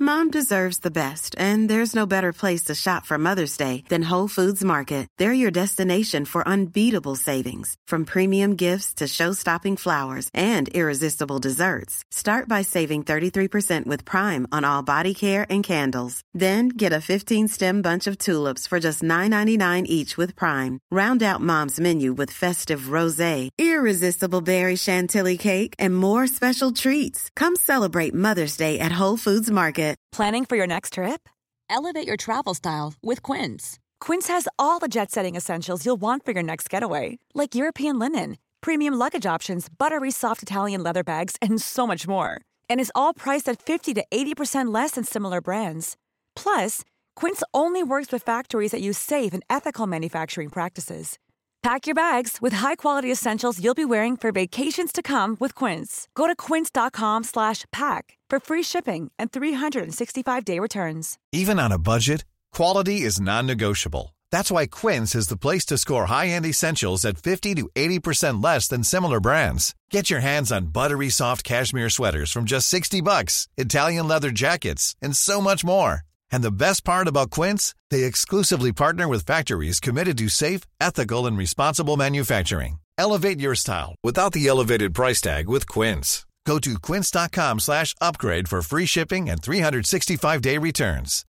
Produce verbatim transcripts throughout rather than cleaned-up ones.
Mom deserves the best, and there's no better place to shop for Mother's Day than Whole Foods Market. They're your destination for unbeatable savings, from premium gifts to show-stopping flowers and irresistible desserts. Start by saving thirty-three percent with Prime on all body care and candles. Then get a fifteen-stem bunch of tulips for just nine ninety-nine each with Prime. Round out Mom's menu with festive rosé, irresistible berry chantilly cake, and more special treats. Come celebrate Mother's Day at Whole Foods Market. Planning for your next trip? Elevate your travel style with Quince. Quince has all the jet-setting essentials you'll want for your next getaway, like European linen, premium luggage options, buttery soft Italian leather bags, and so much more. And is all priced at fifty to eighty percent less than similar brands. Plus, Quince only works with factories that use safe and ethical manufacturing practices. Pack your bags with high-quality essentials you'll be wearing for vacations to come with Quince. Go to quince.com slash pack for free shipping and three sixty-five day returns. Even on a budget, quality is non-negotiable. That's why Quince is the place to score high-end essentials at fifty to eighty percent less than similar brands. Get your hands on buttery soft cashmere sweaters from just sixty bucks, Italian leather jackets, and so much more. And the best part about Quince, they exclusively partner with factories committed to safe, ethical, and responsible manufacturing. Elevate your style without the elevated price tag with Quince. Go to quince.com slash upgrade for free shipping and three sixty-five day returns.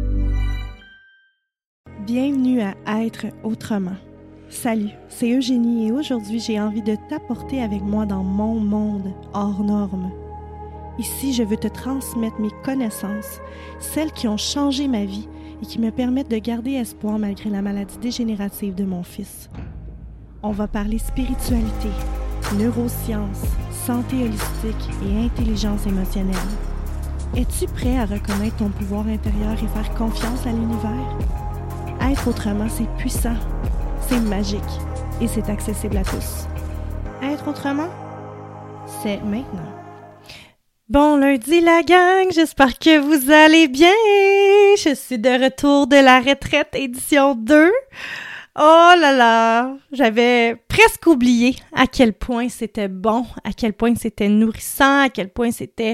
Bienvenue à Être autrement. Salut, c'est Eugénie et aujourd'hui j'ai envie de t'apporter avec moi dans mon monde hors norme. Ici, je veux te transmettre mes connaissances, celles qui ont changé ma vie et qui me permettent de garder espoir malgré la maladie dégénérative de mon fils. On va parler spiritualité, neurosciences, santé holistique et intelligence émotionnelle. Es-tu prêt à reconnaître ton pouvoir intérieur et faire confiance à l'univers? Être autrement, c'est puissant, c'est magique et c'est accessible à tous. Être autrement, c'est maintenant. Bon lundi la gang, j'espère que vous allez bien. Je suis de retour de la retraite édition deux. Oh là là, j'avais presque oublié à quel point c'était bon, à quel point c'était nourrissant, à quel point c'était,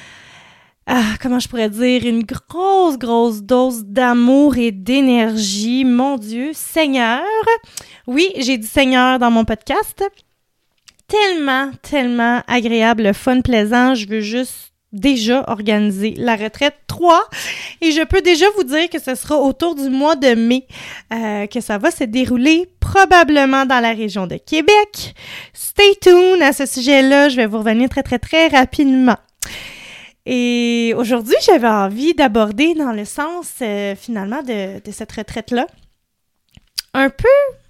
ah, comment je pourrais dire, une grosse, grosse dose d'amour et d'énergie. Mon Dieu, Seigneur. Oui, j'ai dit Seigneur dans mon podcast. Tellement, tellement agréable, fun, plaisant. Je veux juste déjà organiser la retraite trois et je peux déjà vous dire que ce sera autour du mois de mai euh, que ça va se dérouler, probablement dans la région de Québec. Stay tuned à ce sujet-là, je vais vous revenir très, très, très rapidement. Et aujourd'hui, j'avais envie d'aborder dans le sens, euh, finalement, de, de cette retraite-là, un peu...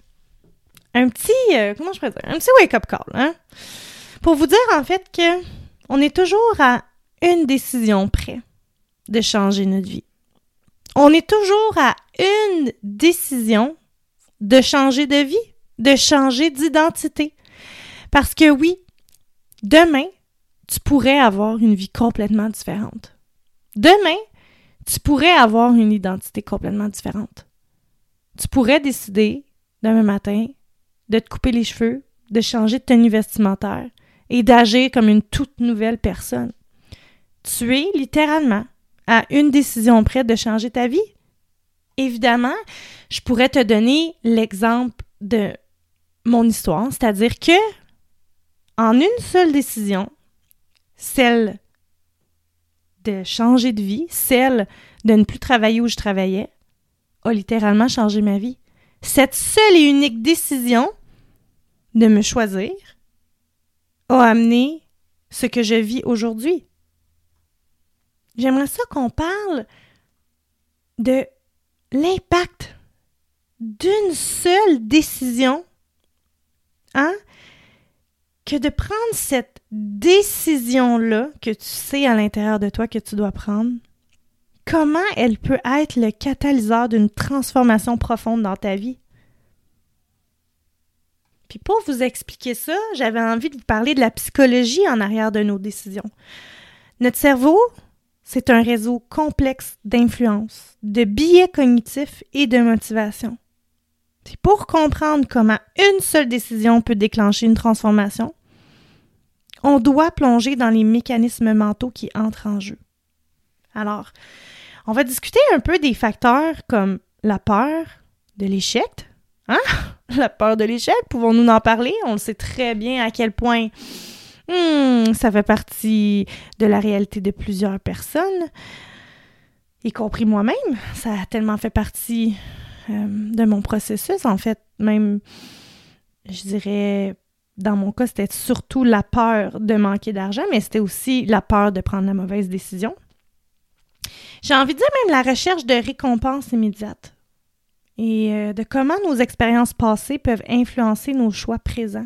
Un petit, euh, comment je pourrais dire, un petit wake-up call, hein? Pour vous dire, en fait, que on est toujours à une décision près de changer notre vie. On est toujours à une décision de changer de vie, de changer d'identité. Parce que oui, demain, tu pourrais avoir une vie complètement différente. Demain, tu pourrais avoir une identité complètement différente. Tu pourrais décider, demain matin, de te couper les cheveux, de changer de tenue vestimentaire et d'agir comme une toute nouvelle personne. Tu es littéralement à une décision près de changer ta vie. Évidemment, je pourrais te donner l'exemple de mon histoire, c'est-à-dire que en une seule décision, celle de changer de vie, celle de ne plus travailler où je travaillais, a littéralement changé ma vie. Cette seule et unique décision de me choisir a amené ce que je vis aujourd'hui. J'aimerais ça qu'on parle de l'impact d'une seule décision, hein? Que de prendre cette décision-là que tu sais à l'intérieur de toi que tu dois prendre, comment elle peut être le catalyseur d'une transformation profonde dans ta vie. Puis pour vous expliquer ça, j'avais envie de vous parler de la psychologie en arrière de nos décisions. Notre cerveau, c'est un réseau complexe d'influences, de biais cognitifs et de motivation. Puis pour comprendre comment une seule décision peut déclencher une transformation, on doit plonger dans les mécanismes mentaux qui entrent en jeu. Alors, on va discuter un peu des facteurs comme la peur de l'échec. Hein? La peur de l'échec, pouvons-nous en parler? On le sait très bien à quel point hmm, ça fait partie de la réalité de plusieurs personnes, y compris moi-même. Ça a tellement fait partie euh, de mon processus. En fait, même, je dirais, dans mon cas, c'était surtout la peur de manquer d'argent, mais c'était aussi la peur de prendre la mauvaise décision. J'ai envie de dire même la recherche de récompenses immédiates et euh, de comment nos expériences passées peuvent influencer nos choix présents.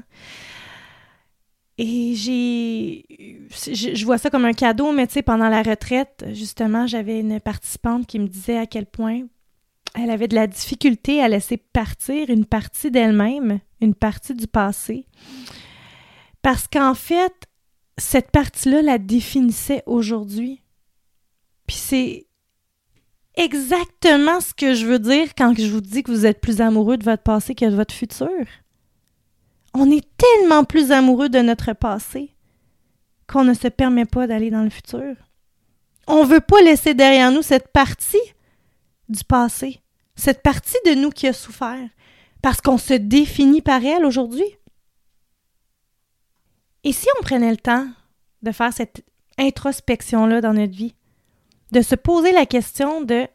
Et j'ai... Je, je vois ça comme un cadeau, mais tu sais, pendant la retraite, justement, j'avais une participante qui me disait à quel point elle avait de la difficulté à laisser partir une partie d'elle-même, une partie du passé. Parce qu'en fait, cette partie-là la définissait aujourd'hui. Puis c'est exactement ce que je veux dire quand je vous dis que vous êtes plus amoureux de votre passé que de votre futur. On est tellement plus amoureux de notre passé qu'on ne se permet pas d'aller dans le futur. On ne veut pas laisser derrière nous cette partie du passé, cette partie de nous qui a souffert, parce qu'on se définit par elle aujourd'hui. Et si on prenait le temps de faire cette introspection-là dans notre vie, de se poser la question de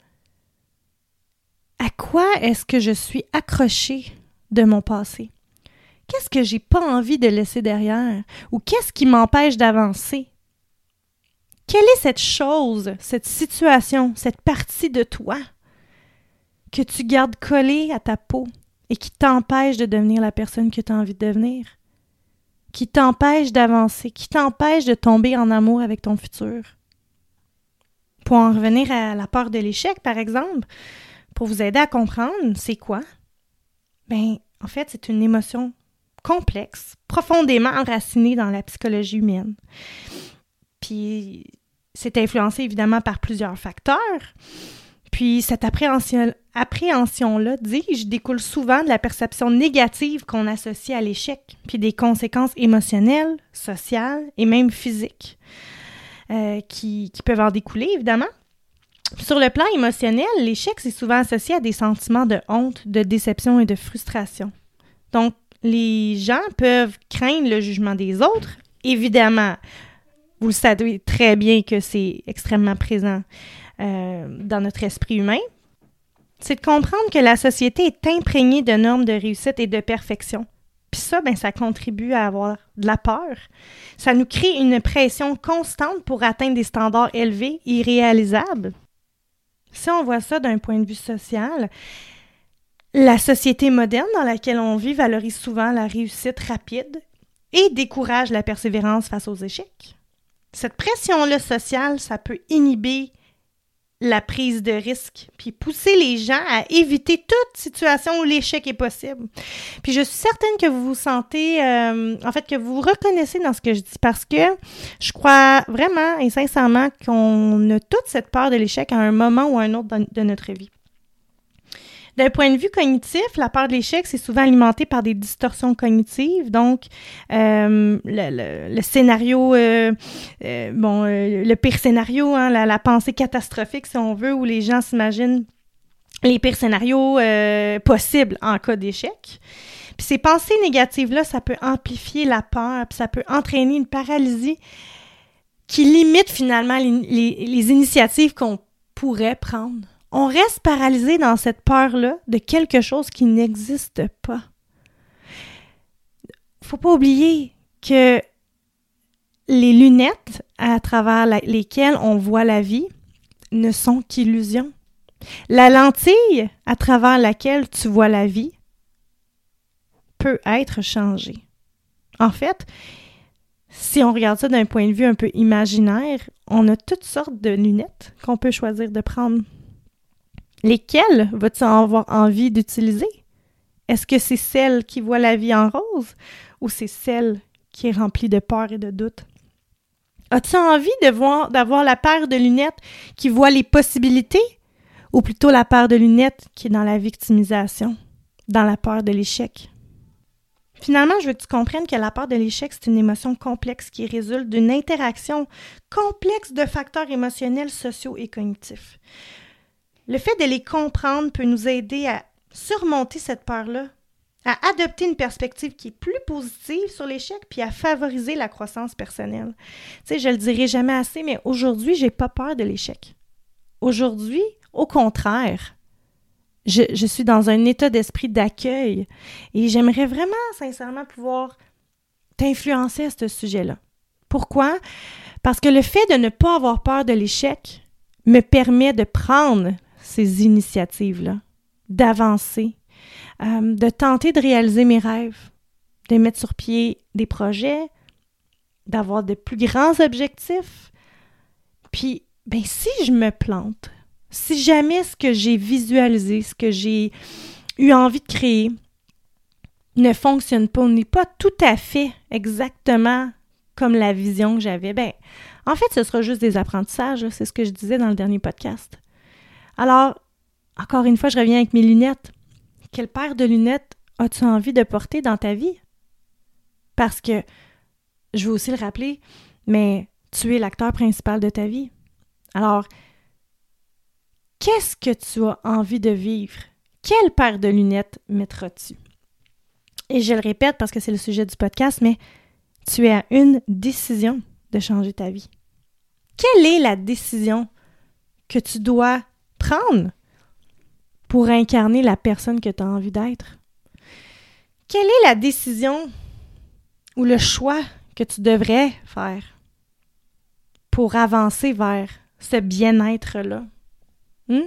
à quoi est-ce que je suis accrochée de mon passé? Qu'est-ce que j'ai pas envie de laisser derrière? Ou qu'est-ce qui m'empêche d'avancer? Quelle est cette chose, cette situation, cette partie de toi que tu gardes collée à ta peau et qui t'empêche de devenir la personne que tu as envie de devenir? Qui t'empêche d'avancer, qui t'empêche de tomber en amour avec ton futur? Pour en revenir à la peur de l'échec, par exemple, pour vous aider à comprendre, c'est quoi? Bien, en fait, c'est une émotion complexe, profondément enracinée dans la psychologie humaine. Puis, c'est influencé évidemment par plusieurs facteurs. Puis, cette appréhension, appréhension-là, dis-je, découle souvent de la perception négative qu'on associe à l'échec, puis des conséquences émotionnelles, sociales et même physiques. Euh, qui, qui peuvent en découler, évidemment. Sur le plan émotionnel, l'échec, c'est souvent associé à des sentiments de honte, de déception et de frustration. Donc, les gens peuvent craindre le jugement des autres. Évidemment, vous le savez très bien que c'est extrêmement présent euh, dans notre esprit humain. C'est de comprendre que la société est imprégnée de normes de réussite et de perfection. Puis ça, ben, ça contribue à avoir de la peur. Ça nous crée une pression constante pour atteindre des standards élevés, irréalisables. Si on voit ça d'un point de vue social, la société moderne dans laquelle on vit valorise souvent la réussite rapide et décourage la persévérance face aux échecs. Cette pression-là sociale, ça peut inhiber la prise de risque, puis pousser les gens à éviter toute situation où l'échec est possible. Puis je suis certaine que vous vous sentez, euh, en fait, que vous vous reconnaissez dans ce que je dis, parce que je crois vraiment et sincèrement qu'on a toute cette peur de l'échec à un moment ou à un autre de notre vie. D'un point de vue cognitif, la peur de l'échec, c'est souvent alimenté par des distorsions cognitives. Donc, euh, le, le, le scénario, euh, euh, bon, euh, le pire scénario, hein, la, la pensée catastrophique, si on veut, où les gens s'imaginent les pires scénarios euh, possibles en cas d'échec. Puis ces pensées négatives-là, ça peut amplifier la peur, puis ça peut entraîner une paralysie qui limite finalement les, les, les initiatives qu'on pourrait prendre. On reste paralysé dans cette peur-là de quelque chose qui n'existe pas. Faut pas oublier que les lunettes à travers la, lesquelles on voit la vie ne sont qu'illusions. La lentille à travers laquelle tu vois la vie peut être changée. En fait, si on regarde ça d'un point de vue un peu imaginaire, on a toutes sortes de lunettes qu'on peut choisir de prendre. Lesquelles vas-tu avoir envie d'utiliser? Est-ce que c'est celle qui voit la vie en rose ou c'est celle qui est remplie de peur et de doute? As-tu envie de voir, d'avoir la paire de lunettes qui voit les possibilités ou plutôt la paire de lunettes qui est dans la victimisation, dans la peur de l'échec? Finalement, je veux que tu comprennes que la peur de l'échec, c'est une émotion complexe qui résulte d'une interaction complexe de facteurs émotionnels, sociaux et cognitifs. Le fait de les comprendre peut nous aider à surmonter cette peur-là, à adopter une perspective qui est plus positive sur l'échec, puis à favoriser la croissance personnelle. Tu sais, je le dirai jamais assez, mais aujourd'hui, j'ai pas peur de l'échec. Aujourd'hui, au contraire, je, je suis dans un état d'esprit d'accueil et j'aimerais vraiment, sincèrement, pouvoir t'influencer à ce sujet-là. Pourquoi? Parce que le fait de ne pas avoir peur de l'échec me permet de prendre ces initiatives-là, d'avancer, euh, de tenter de réaliser mes rêves, de mettre sur pied des projets, d'avoir de plus grands objectifs. Puis, ben, si je me plante, si jamais ce que j'ai visualisé, ce que j'ai eu envie de créer ne fonctionne pas, n'est pas tout à fait exactement comme la vision que j'avais, ben, en fait, ce sera juste des apprentissages, là, c'est ce que je disais dans le dernier podcast. Alors, encore une fois, je reviens avec mes lunettes. Quelle paire de lunettes as-tu envie de porter dans ta vie? Parce que, je veux aussi le rappeler, mais tu es l'acteur principal de ta vie. Alors, qu'est-ce que tu as envie de vivre? Quelle paire de lunettes mettras-tu? Et je le répète parce que c'est le sujet du podcast, mais tu es à une décision de changer ta vie. Quelle est la décision que tu dois prendre pour incarner la personne que tu as envie d'être? Quelle est la décision ou le choix que tu devrais faire pour avancer vers ce bien-être-là? Hmm?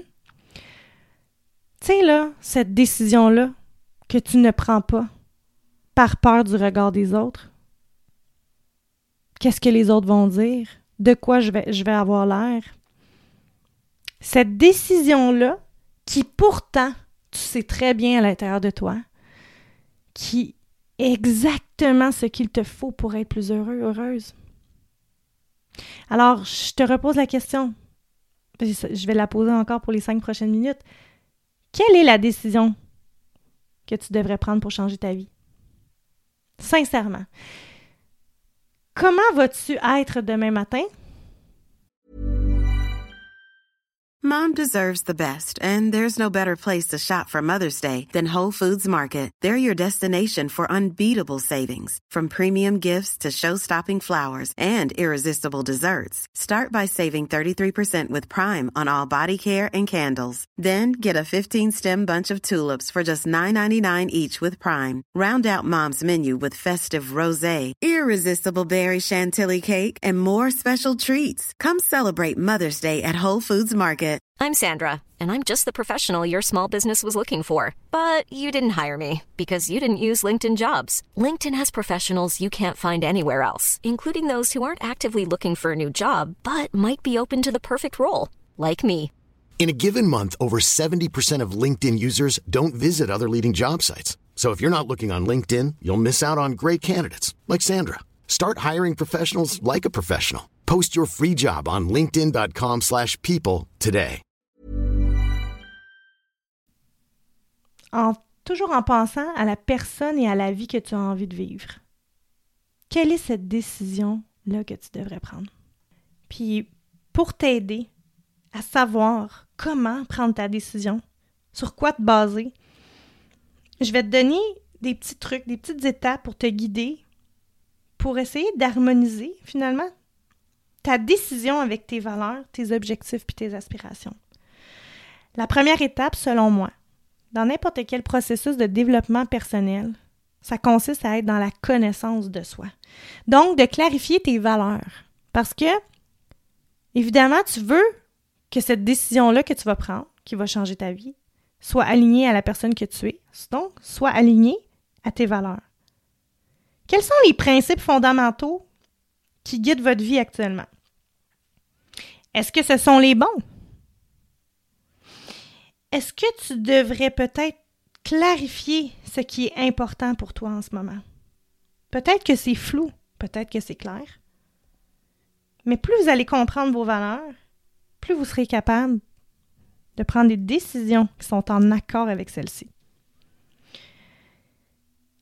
Tu sais, là, cette décision-là que tu ne prends pas par peur du regard des autres. Qu'est-ce que les autres vont dire? De quoi je vais, je vais avoir l'air? Cette décision-là, qui pourtant, tu sais très bien à l'intérieur de toi, qui est exactement ce qu'il te faut pour être plus heureux, heureuse. Alors, je te repose la question. Je vais la poser encore pour les cinq prochaines minutes. Quelle est la décision que tu devrais prendre pour changer ta vie? Sincèrement. Comment vas-tu être demain matin? Mom deserves the best, and there's no better place to shop for Mother's Day than Whole Foods Market. They're your destination for unbeatable savings, from premium gifts to show-stopping flowers and irresistible desserts. Start by saving thirty-three percent with Prime on all body care and candles. Then get a fifteen-stem bunch of tulips for just nine ninety-nine each with Prime. Round out Mom's menu with festive rosé, irresistible berry chantilly cake, and more special treats. Come celebrate Mother's Day at Whole Foods Market. I'm Sandra, and I'm just the professional your small business was looking for. But you didn't hire me because you didn't use LinkedIn Jobs. LinkedIn has professionals you can't find anywhere else, including those who aren't actively looking for a new job, but might be open to the perfect role, like me. In a given month, over seventy percent of LinkedIn users don't visit other leading job sites. So if you're not looking on LinkedIn, you'll miss out on great candidates, like Sandra. Start hiring professionals like a professional. Post your free job on linkedin.com slash people today. En, toujours en pensant à la personne et à la vie que tu as envie de vivre. Quelle est cette décision-là que tu devrais prendre? Puis, pour t'aider à savoir comment prendre ta décision, sur quoi te baser, je vais te donner des petits trucs, des petites étapes pour te guider, pour essayer d'harmoniser, finalement, ta décision avec tes valeurs, tes objectifs et tes aspirations. La première étape, selon moi, dans n'importe quel processus de développement personnel, ça consiste à être dans la connaissance de soi. Donc, de clarifier tes valeurs. Parce que, évidemment, tu veux que cette décision-là que tu vas prendre, qui va changer ta vie, soit alignée à la personne que tu es. Donc, soit alignée à tes valeurs. Quels sont les principes fondamentaux qui guident votre vie actuellement? Est-ce que ce sont les bons? Est-ce que tu devrais peut-être clarifier ce qui est important pour toi en ce moment? Peut-être que c'est flou, peut-être que c'est clair. Mais plus vous allez comprendre vos valeurs, plus vous serez capable de prendre des décisions qui sont en accord avec celles-ci.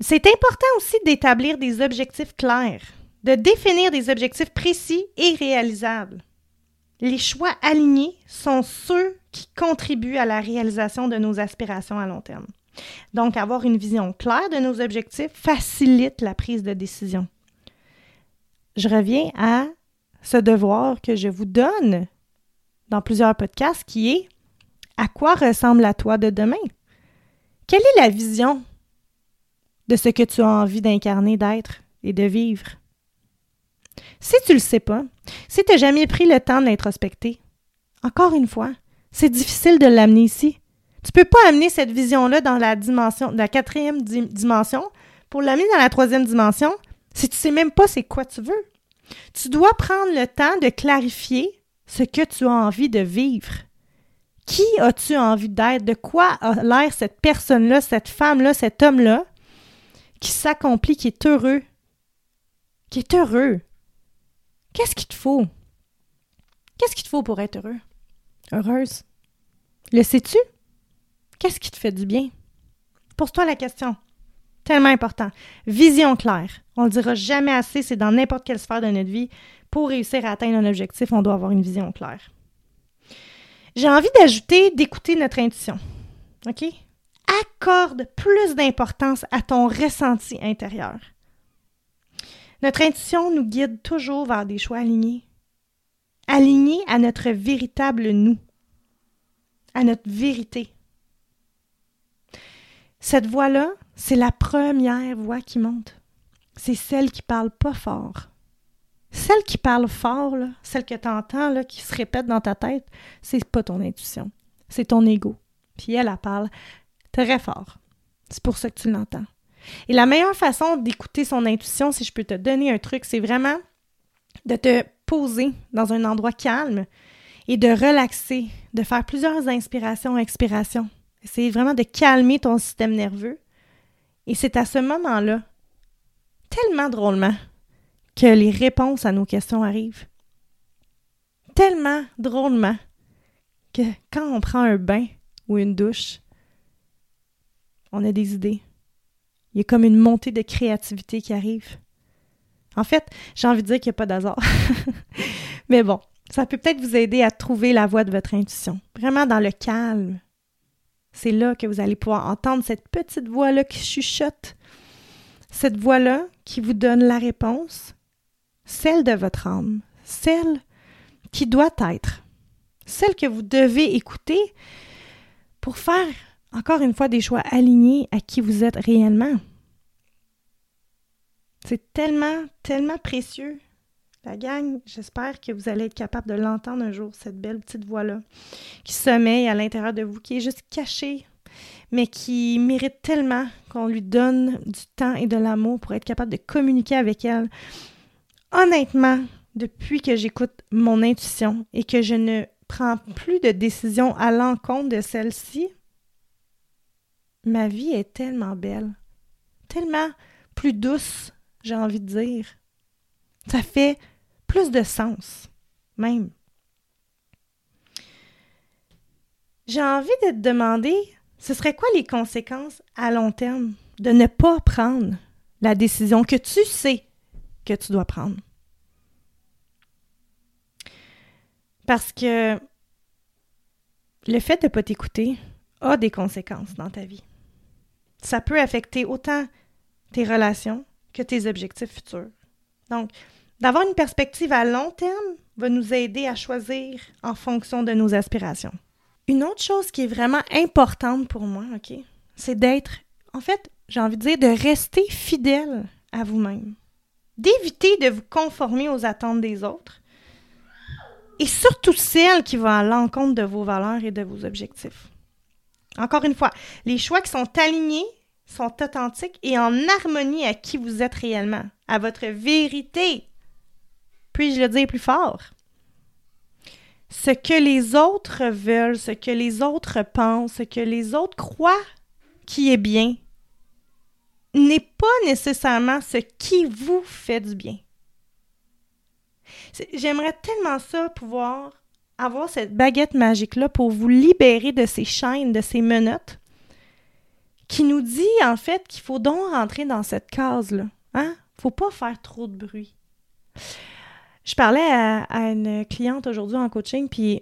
C'est important aussi d'établir des objectifs clairs, de définir des objectifs précis et réalisables. Les choix alignés sont ceux qui contribuent à la réalisation de nos aspirations à long terme. Donc, avoir une vision claire de nos objectifs facilite la prise de décision. Je reviens à ce devoir que je vous donne dans plusieurs podcasts qui est « À quoi ressemble la toi de demain? » Quelle est la vision de ce que tu as envie d'incarner, d'être et de vivre? Si tu ne le sais pas, si tu n'as jamais pris le temps de l'introspecter, encore une fois, c'est difficile de l'amener ici. Tu ne peux pas amener cette vision-là dans la dimension, la quatrième di- dimension pour l'amener dans la troisième dimension si tu ne sais même pas c'est quoi tu veux. Tu dois prendre le temps de clarifier ce que tu as envie de vivre. Qui as-tu envie d'être? De quoi a l'air cette personne-là, cette femme-là, cet homme-là qui s'accomplit, qui est heureux? Qui est heureux? Qu'est-ce qu'il te faut? Qu'est-ce qu'il te faut pour être heureux? Heureuse? Le sais-tu? Qu'est-ce qui te fait du bien? Pose-toi la question. Tellement important. Vision claire. On ne le dira jamais assez, c'est dans n'importe quelle sphère de notre vie. Pour réussir à atteindre un objectif, on doit avoir une vision claire. J'ai envie d'ajouter d'écouter notre intuition. OK? Accorde plus d'importance à ton ressenti intérieur. Notre intuition nous guide toujours vers des choix alignés. Alignés à notre véritable nous, à notre vérité. Cette voix-là, c'est la première voix qui monte. C'est celle qui parle pas fort. Celle qui parle fort, là, celle que tu entends, là, qui se répète dans ta tête, c'est pas ton intuition, c'est ton ego. Puis elle, elle parle très fort. C'est pour ça que tu l'entends. Et la meilleure façon d'écouter son intuition, si je peux te donner un truc, c'est vraiment de te poser dans un endroit calme et de relaxer, de faire plusieurs inspirations, expirations. C'est vraiment de calmer ton système nerveux. Et c'est à ce moment-là, tellement drôlement, que les réponses à nos questions arrivent. Tellement drôlement que quand on prend un bain ou une douche, on a des idées. Il y a comme une montée de créativité qui arrive. En fait, j'ai envie de dire qu'il n'y a pas d'hasard. Mais bon, ça peut peut-être vous aider à trouver la voie de votre intuition. Vraiment dans le calme. C'est là que vous allez pouvoir entendre cette petite voix-là qui chuchote. Cette voix-là qui vous donne la réponse, celle de votre âme, celle qui doit être, celle que vous devez écouter pour faire, encore une fois, des choix alignés à qui vous êtes réellement. C'est tellement, tellement précieux. La gang, j'espère que vous allez être capable de l'entendre un jour, cette belle petite voix-là, qui sommeille à l'intérieur de vous, qui est juste cachée, mais qui mérite tellement qu'on lui donne du temps et de l'amour pour être capable de communiquer avec elle. Honnêtement, depuis que j'écoute mon intuition et que je ne prends plus de décisions à l'encontre de celle-ci, ma vie est tellement belle, tellement plus douce, j'ai envie de dire. Ça fait plus de sens, même. J'ai envie de te demander, ce serait quoi les conséquences à long terme de ne pas prendre la décision que tu sais que tu dois prendre? Parce que le fait de ne pas t'écouter a des conséquences dans ta vie. Ça peut affecter autant tes relations que tes objectifs futurs. Donc, d'avoir une perspective à long terme va nous aider à choisir en fonction de nos aspirations. Une autre chose qui est vraiment importante pour moi, OK, c'est d'être, en fait, j'ai envie de dire, de rester fidèle à vous-même. D'éviter de vous conformer aux attentes des autres et surtout celles qui vont à l'encontre de vos valeurs et de vos objectifs. Encore une fois, les choix qui sont alignés sont authentiques et en harmonie à qui vous êtes réellement, à votre vérité. Puis-je le dire plus fort? Ce que les autres veulent, ce que les autres pensent, ce que les autres croient qui est bien, n'est pas nécessairement ce qui vous fait du bien. J'aimerais tellement ça, pouvoir avoir cette baguette magique-là pour vous libérer de ces chaînes, de ces menottes qui nous dit en fait qu'il faut donc rentrer dans cette case-là. Hein? Faut pas faire trop de bruit. Je parlais à, à une cliente aujourd'hui en coaching, puis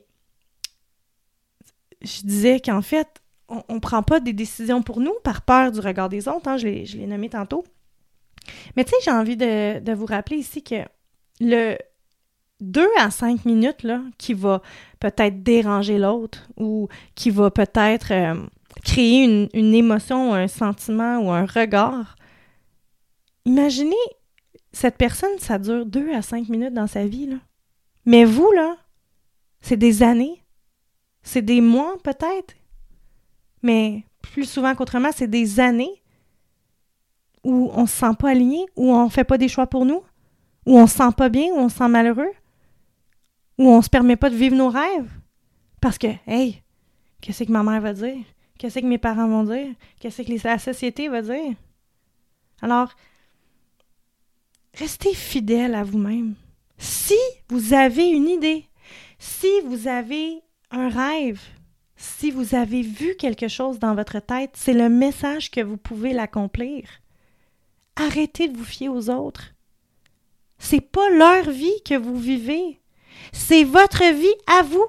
je disais qu'en fait, on ne prend pas des décisions pour nous par peur du regard des autres. Hein? Je l'ai, je l'ai nommé tantôt. Mais tu sais, j'ai envie de, de vous rappeler ici que le deux à cinq minutes là, qui va peut-être déranger l'autre ou qui va peut-être euh, créer une, une émotion, un sentiment ou un regard, imaginez, cette personne, ça dure deux à cinq minutes dans sa vie. Là. Mais vous, là, c'est des années. C'est des mois peut-être. Mais plus souvent qu'autrement, c'est des années où on se sent pas aligné, où on fait pas des choix pour nous, où on se sent pas bien, où on se sent malheureux, où on se permet pas de vivre nos rêves. Parce que, hey, qu'est-ce que ma mère va dire? Qu'est-ce que mes parents vont dire? Qu'est-ce que la société va dire? Alors, restez fidèle à vous-même. Si vous avez une idée, si vous avez un rêve, si vous avez vu quelque chose dans votre tête, c'est le message que vous pouvez l'accomplir. Arrêtez de vous fier aux autres. C'est pas leur vie que vous vivez. C'est votre vie à vous.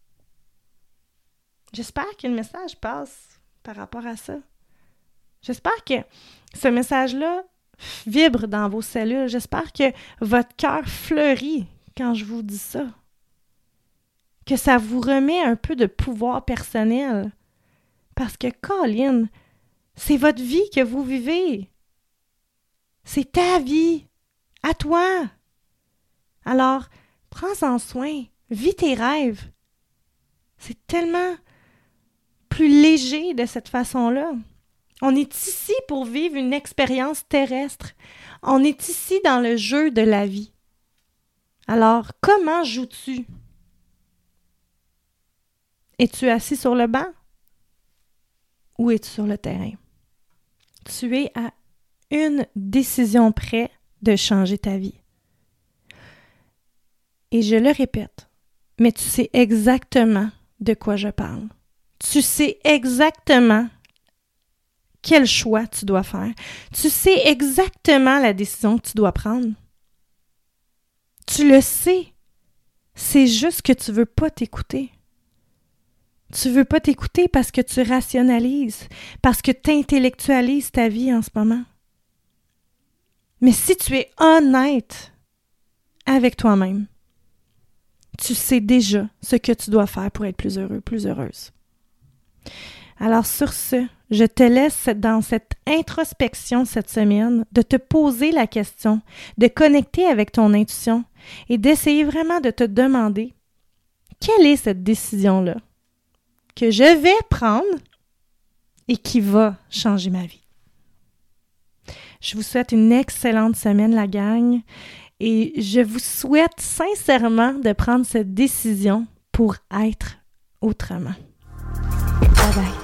J'espère que le message passe par rapport à ça. J'espère que ce message-là vibre dans vos cellules. J'espère que votre cœur fleurit quand je vous dis ça. Que ça vous remet un peu de pouvoir personnel. Parce que, Colin, c'est votre vie que vous vivez. C'est ta vie. À toi. Alors, prends-en soin. Vis tes rêves. C'est tellement plus léger de cette façon-là. On est ici pour vivre une expérience terrestre. On est ici dans le jeu de la vie. Alors, comment joues-tu? Es-tu assis sur le banc? Ou es-tu sur le terrain? Tu es à une décision près de changer ta vie. Et je le répète, mais tu sais exactement de quoi je parle. Tu sais exactement quel choix tu dois faire. Tu sais exactement la décision que tu dois prendre. Tu le sais. C'est juste que tu veux pas t'écouter. Tu veux pas t'écouter parce que tu rationalises, parce que tu intellectualises ta vie en ce moment. Mais si tu es honnête avec toi-même, tu sais déjà ce que tu dois faire pour être plus heureux, plus heureuse. Alors sur ce, je te laisse dans cette introspection cette semaine de te poser la question, de connecter avec ton intuition et d'essayer vraiment de te demander quelle est cette décision-là que je vais prendre et qui va changer ma vie. Je vous souhaite une excellente semaine, la gang, et je vous souhaite sincèrement de prendre cette décision pour être autrement. Bye bye.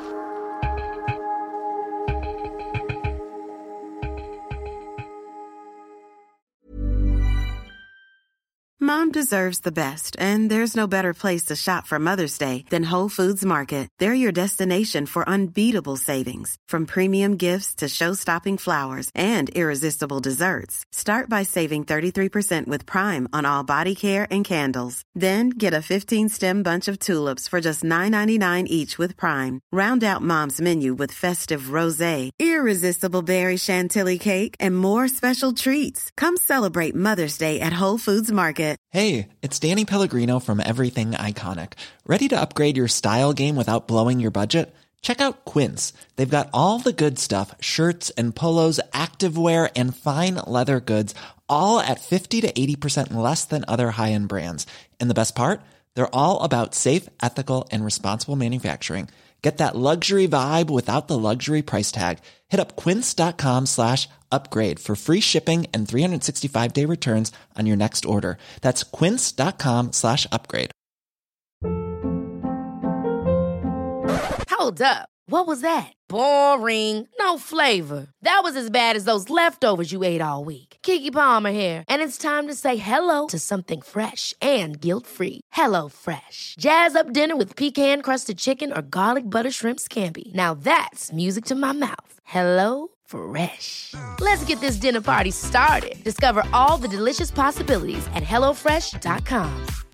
Mom deserves the best, and there's no better place to shop for Mother's Day than Whole Foods Market. They're your destination for unbeatable savings, from premium gifts to show-stopping flowers and irresistible desserts. Start by saving thirty-three percent with Prime on all body care and candles. Then get a fifteen-stem bunch of tulips for just nine ninety-nine each with Prime. Round out Mom's menu with festive rosé, irresistible berry chantilly cake, and more special treats. Come celebrate Mother's Day at Whole Foods Market. Hey, it's Danny Pellegrino from Everything Iconic. Ready to upgrade your style game without blowing your budget? Check out Quince. They've got all the good stuff, shirts and polos, activewear, and fine leather goods, all at fifty to eighty percent less than other high-end brands. And the best part? They're all about safe, ethical, and responsible manufacturing. Get that luxury vibe without the luxury price tag. Hit up quince.com slash upgrade for free shipping and three sixty-five day returns on your next order. That's quince.com slash upgrade. Hold up. What was that? Boring. No flavor. That was as bad as those leftovers you ate all week. Keke Palmer here, and it's time to say hello to something fresh and guilt-free. Hello Fresh. Jazz up dinner with pecan-crusted chicken or garlic butter shrimp scampi. Now that's music to my mouth. Hello Fresh. Let's get this dinner party started. Discover all the delicious possibilities at hello fresh dot com.